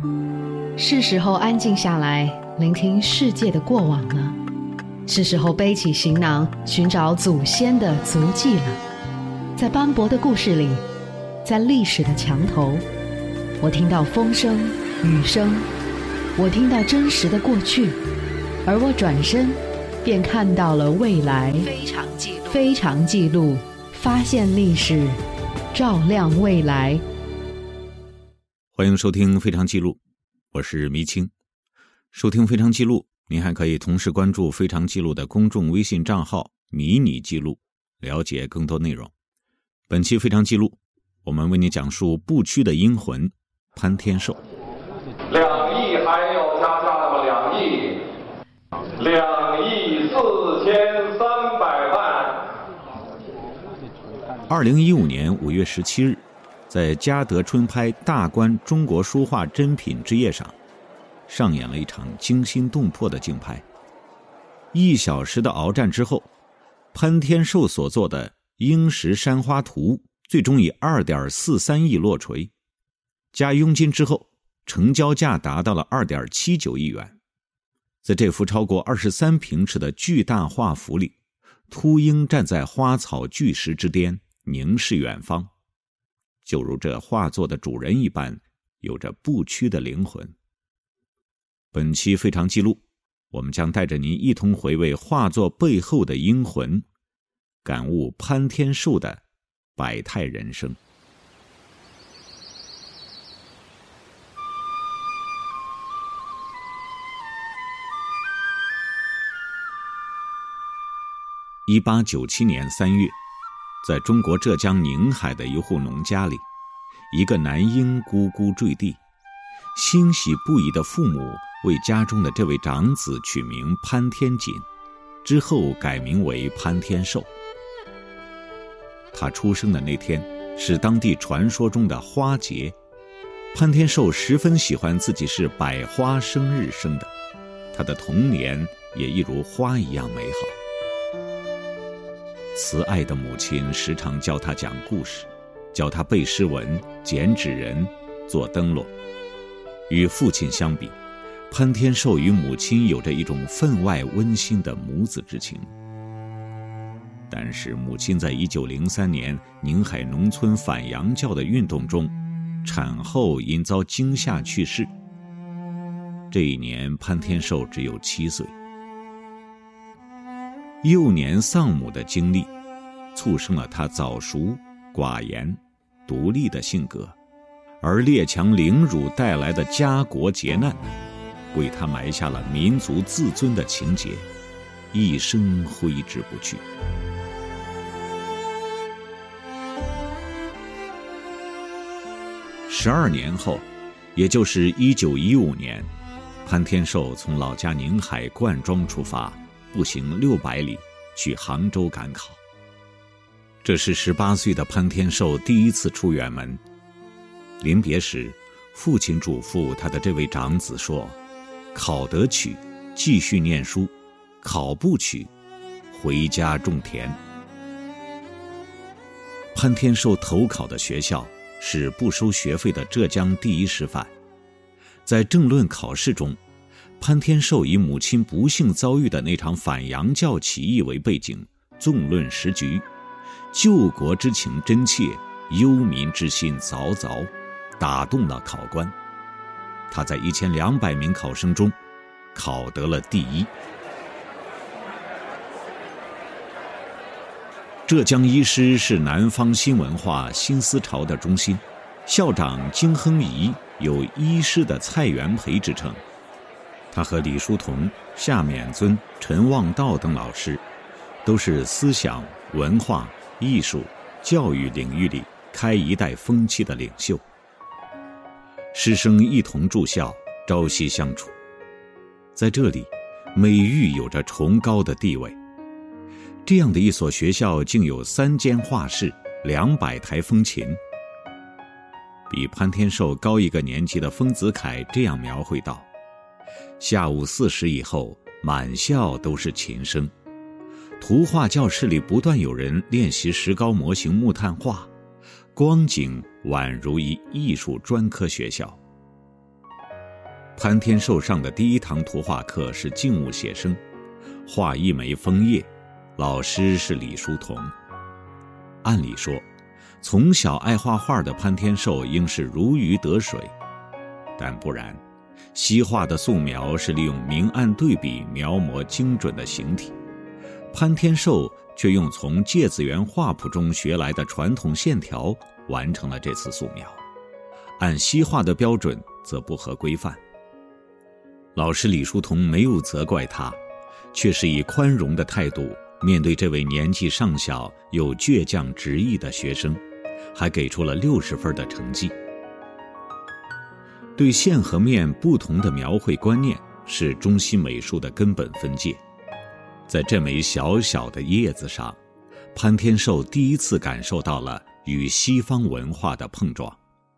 是时候安静下来，聆听世界的过往了。是时候背起行囊，寻找祖先的足迹了。在斑驳的故事里，在历史的墙头，我听到风声、雨声，我听到真实的过去，而我转身便看到了未来。非常记录，发现历史，照亮未来。 欢迎收听非常记录，我是迷青。收听非常记录，您还可以同时关注非常记录的公众微信账号迷你记录，了解更多内容。本期非常记录，我们为你讲述不屈的英魂潘天寿。 2亿还要加价那么2亿，2亿4300万。 2015年5月17日，在嘉德春拍大观中国书画珍品之夜上，上演了一场惊心动魄的竞拍。1小时的鏖战之后，潘天寿所作的《英石山花图》最终以 2.43 亿落锤，加佣金之后，成交价达到了 2.79 亿元。在这幅超过23平尺的巨大画幅里，秃鹰站在花草巨石之巅，凝视远方，就如这画作的主人一般，有着不屈的灵魂。本期非常记录，我们将带着您一同回味画作背后的英魂，感悟潘天寿的百态人生。1897年3月，在中国浙江宁海的一户农家里，一个男婴咕咕坠地，欣喜不已的父母为家中的这位长子取名潘天锦，之后改名为潘天寿。他出生的那天是当地传说中的花节，潘天寿十分喜欢自己是百花生日生的，他的童年也一如花一样美好。慈爱的母亲时常教他讲故事，教他背诗文、剪纸人、做灯笼。与父亲相比，潘天寿与母亲有着一种分外温馨的母子之情。但是母亲在1903年宁海农村反洋教的运动中，产后因遭惊吓去世。这一年潘天寿只有7岁。幼年丧母的经历，促生了他早熟、寡言、独立的性格，而列强凌辱带来的家国劫难，为他埋下了民族自尊的情结，一生挥之不去。12年后，也就是1915年，潘天寿从老家宁海灌庄出发，步行600里去杭州赶考。这是18岁的潘天寿第一次出远门。临别时，父亲嘱咐他的这位长子说：考得取，继续念书；考不取，回家种田。潘天寿投考的学校是不收学费的浙江第一师范。在政论考试中，潘天寿以母亲不幸遭遇的那场反洋教起义为背景，纵论时局，救国之情真切，忧民之心凿凿，打动了考官。他在1200名考生中考得了第1。浙江医师是南方新文化新思潮的中心，校长金亨颐有医师的蔡元培之称。他和李叔同、夏勉尊、陈望道等老师都是思想、文化、艺术、教育领域里开一代风气的领袖。师生一同住校，朝夕相处，在这里美育有着崇高的地位。这样的一所学校竟有3间画室、200台风琴。比潘天寿高一个年级的丰子恺这样描绘道：下午4时以后，满校都是琴声，图画教室里不断有人练习石膏模型木炭画，光景宛如一艺术专科学校。 潘天寿上的第一堂图画课是静物写生，画一枚枫叶，老师是李叔同。按理说，从小爱画画的潘天寿应是如鱼得水，但不然，西画的素描是利用明暗对比描摹精准的形体，潘天寿却用从芥子园画谱中学来的传统线条完成了这次素描，按西画的标准则不合规范。老师李叔同没有责怪他，却是以宽容的态度面对这位年纪尚小又倔强执意的学生，还给出了60分的成绩。对线和面不同的描绘观念是中西美术的根本分界。在这枚小小的叶子上，潘天寿第一次感受到了与西方文化的碰撞。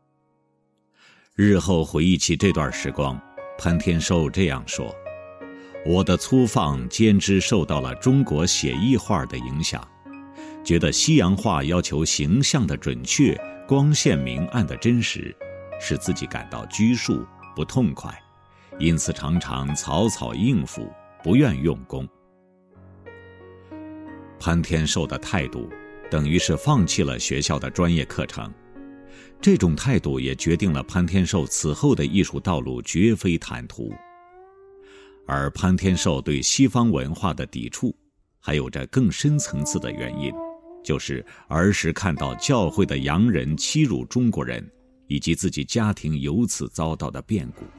日后回忆起这段时光，潘天寿这样说：我的粗放兼之受到了中国写意画的影响，觉得西洋画要求形象的准确，光线明暗的真实，使自己感到拘束不痛快，因此常常草草应付，不愿用功。潘天寿的态度等于是放弃了学校的专业课程，这种态度也决定了潘天寿此后的艺术道路绝非坦途。而潘天寿对西方文化的抵触还有着更深层次的原因，就是儿时看到教会的洋人欺辱中国人，以及自己家庭由此遭到的变故。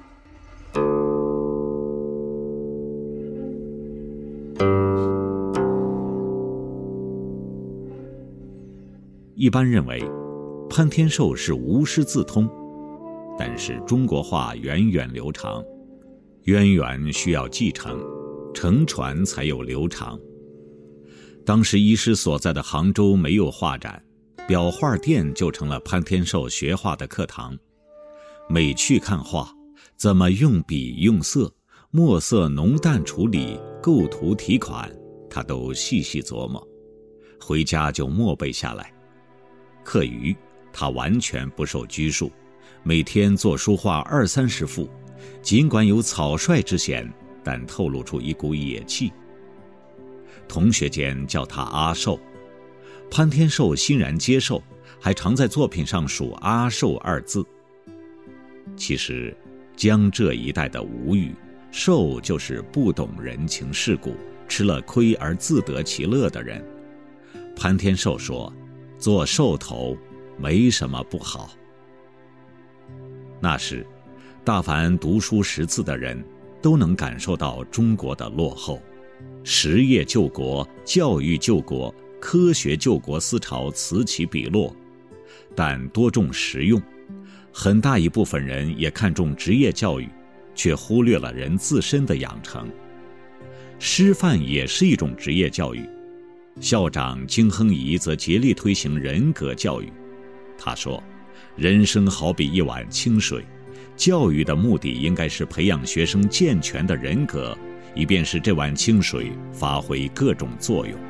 一般认为潘天寿是无师自通，但是中国画源远流长，渊源需要继承，承传才有流长。当时医师所在的杭州没有画展，裱画店就成了潘天寿学画的课堂。每去看画，怎么用笔用色，墨色浓淡处理，构图题款，他都细细琢磨，回家就默背下来。课余他完全不受拘束，每天做书画20-30幅，尽管有草率之嫌，但透露出一股野气。同学间叫他阿寿，潘天寿欣然接受，还常在作品上署阿寿2字。其实江浙一带的吴语，寿就是不懂人情世故，吃了亏而自得其乐的人。潘天寿说，做寿头没什么不好。那时大凡读书识字的人都能感受到中国的落后，实业救国、教育救国、科学救国思潮此起彼落，但多重实用，很大一部分人也看重职业教育，却忽略了人自身的养成。师范也是一种职业教育，校长金亨颐则竭力推行人格教育。他说，人生好比一碗清水，教育的目的应该是培养学生健全的人格，以便使这碗清水发挥各种作用。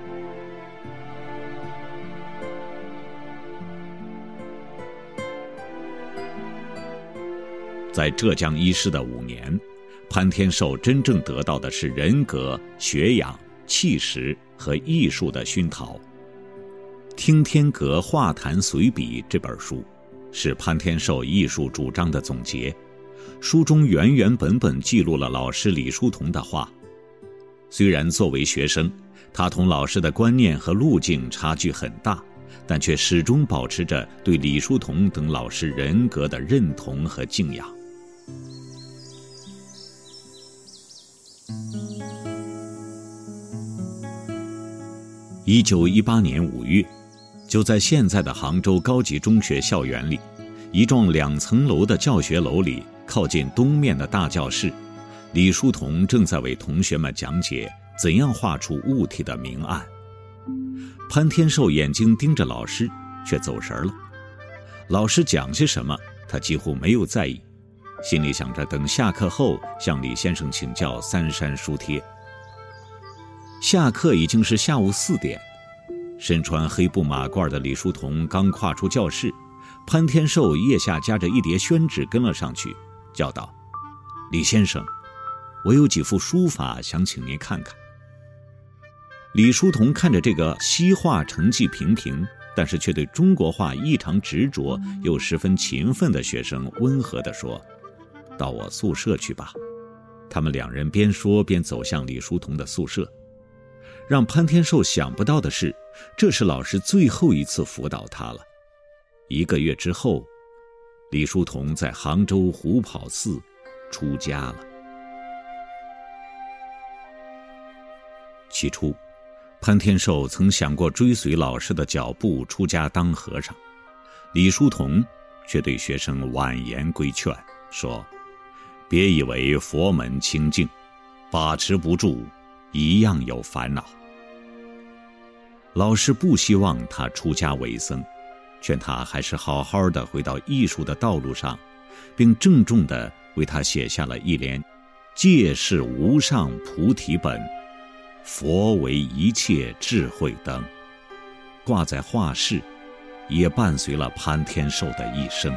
在浙江医师的5年，潘天寿真正得到的是人格、学养、气势和艺术的熏陶。《听天阁画坛随笔》这本书是潘天寿艺术主张的总结，书中原原本本记录了老师李叔同的画。虽然作为学生，他同老师的观念和路径差距很大，但却始终保持着对李叔同等老师人格的认同和敬仰。1918年5月，就在现在的杭州高级中学校园里，一幢2层楼的教学楼里，靠近东面的大教室，李叔同正在为同学们讲解怎样画出物体的明暗。潘天寿眼睛盯着老师，却走神了。老师讲些什么，他几乎没有在意，心里想着等下课后向李先生请教3山书帖。下课已经是下午4点，身穿黑布马褂的李叔同刚跨出教室，潘天寿腋下夹着一叠宣纸跟了上去，叫道： 李先生，我有几幅书法想请您看看。”李叔同看着这个西画成绩平平，但是却对中国画异常执着又十分勤奋的学生温和地说：“到我宿舍去吧。”他们两人边说边走向李叔同的宿舍。让潘天寿想不到的是，这是老师最后一次辅导他了。1个月之后，李叔同在杭州虎跑寺出家了。起初，潘天寿曾想过追随老师的脚步出家当和尚，李叔同却对学生婉言规劝，说：“别以为佛门清净，把持不住，一样有烦恼。”老师不希望他出家为僧，劝他还是好好的回到艺术的道路上，并郑重地为他写下了一联：“戒是无上菩提本，佛为一切智慧灯”，挂在画室，也伴随了潘天寿的一生。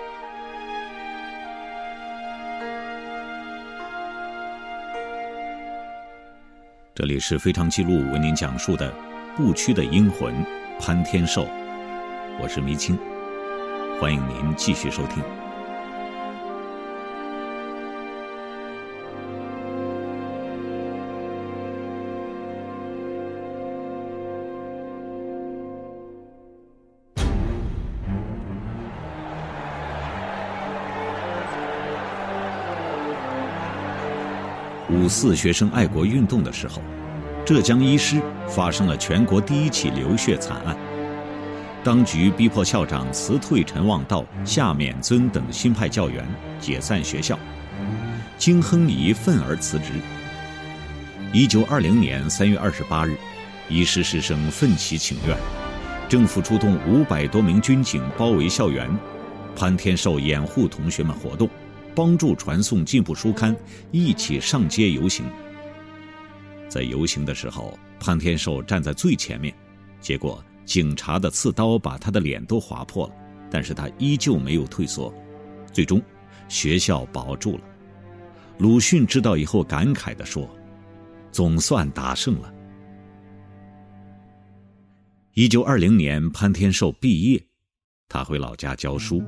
这里是非常记录为您讲述的不屈的英魂潘天寿，我是迷青，欢迎您继续收听。5·4学生爱国运动的时候，浙江医师发生了全国第1起流血惨案，当局逼迫校长辞退陈望道、夏勉尊等新派教员，解散学校。金亨颐愤而辞职。1920年3月28日，医师师生奋起请愿，政府出动500多名军警包围校园，潘天寿掩护同学们活动，帮助传送进步书刊，一起上街游行。在游行的时候，潘天寿站在最前面，结果警察的刺刀把他的脸都划破了，但是他依旧没有退缩，最终学校保住了。鲁迅知道以后感慨地说：“总算打胜了。”1920年，潘天寿毕业，他回老家教书。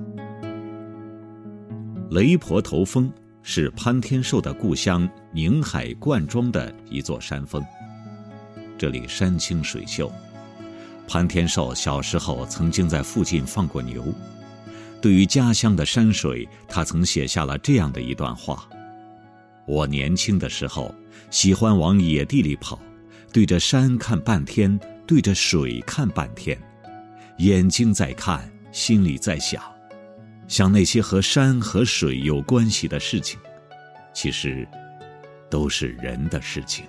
雷婆头峰是潘天寿的故乡宁海灌庄的一座山峰，这里山清水秀。潘天寿小时候曾经在附近放过牛，对于家乡的山水，他曾写下了这样的一段话：“我年轻的时候喜欢往野地里跑，对着山看半天，对着水看半天，眼睛在看，心里在想，想那些和山和水有关系的事情，其实都是人的事情。”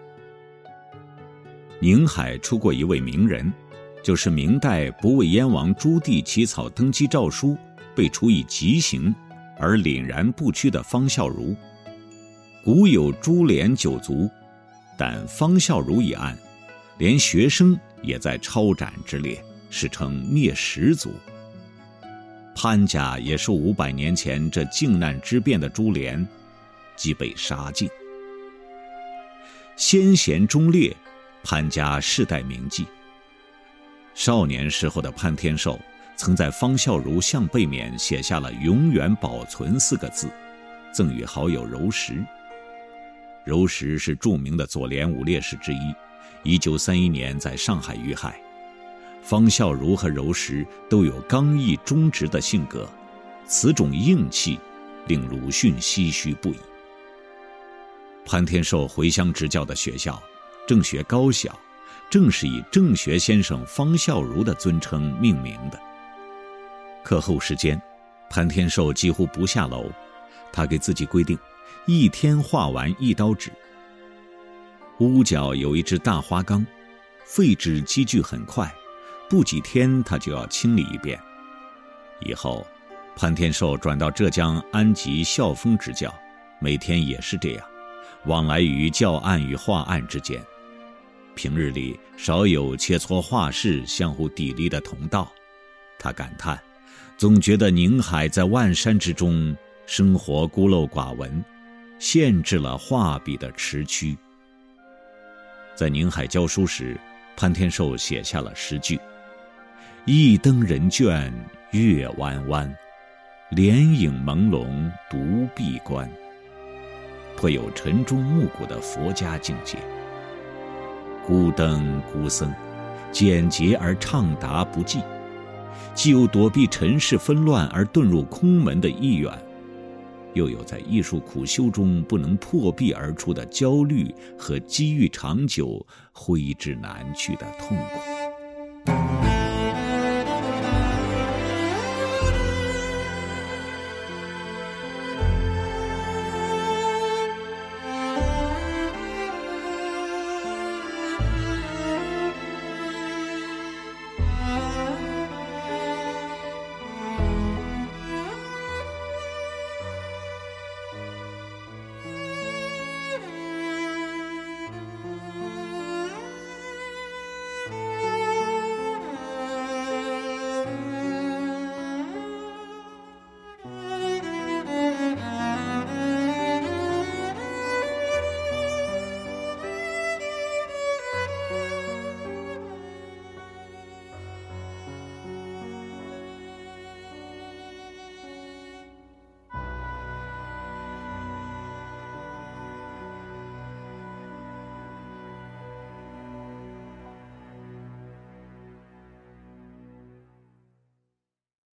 宁海出过一位名人，就是明代不畏燕王朱棣起草登基诏书，被处以极刑而凛然不屈的方孝孺。古有株连9族，但方孝孺一案，连学生也在超斩之列，史称灭10族。潘家也受500年前这靖难之变的株连，即被杀尽。先贤忠烈，潘家世代铭记。少年时候的潘天寿曾在方孝孺像背面写下了永远保存4个字，赠予好友柔石。柔石是著名的左联5烈士之一，1931年在上海遇害。方孝孺和柔石都有刚毅忠直的性格，此种硬气令鲁迅唏嘘不已。潘天寿回乡执教的学校正学高小，正是以正学先生方孝孺的尊称命名的。课后时间，潘天寿几乎不下楼，他给自己规定1天画完1刀纸。屋角有一只大花缸，废纸积聚很快，不几天他就要清理一遍。以后潘天寿转到浙江安吉校风执教，每天也是这样，往来于教案与画案之间。平日里少有切磋画室相互砥砺的同道。他感叹，总觉得宁海在万山之中，生活孤陋寡闻， 限制了画笔的迟趋。在宁海教书时，潘天寿写下了诗句：一登人倦月弯弯，帘影朦胧独闭关，颇有晨钟暮鼓的佛家境界。孤灯孤僧，简洁而畅达不羁，既有躲避尘世纷乱而遁入空门的意愿，又有在艺术苦修中不能破壁而出的焦虑和机遇长久挥之难去的痛苦。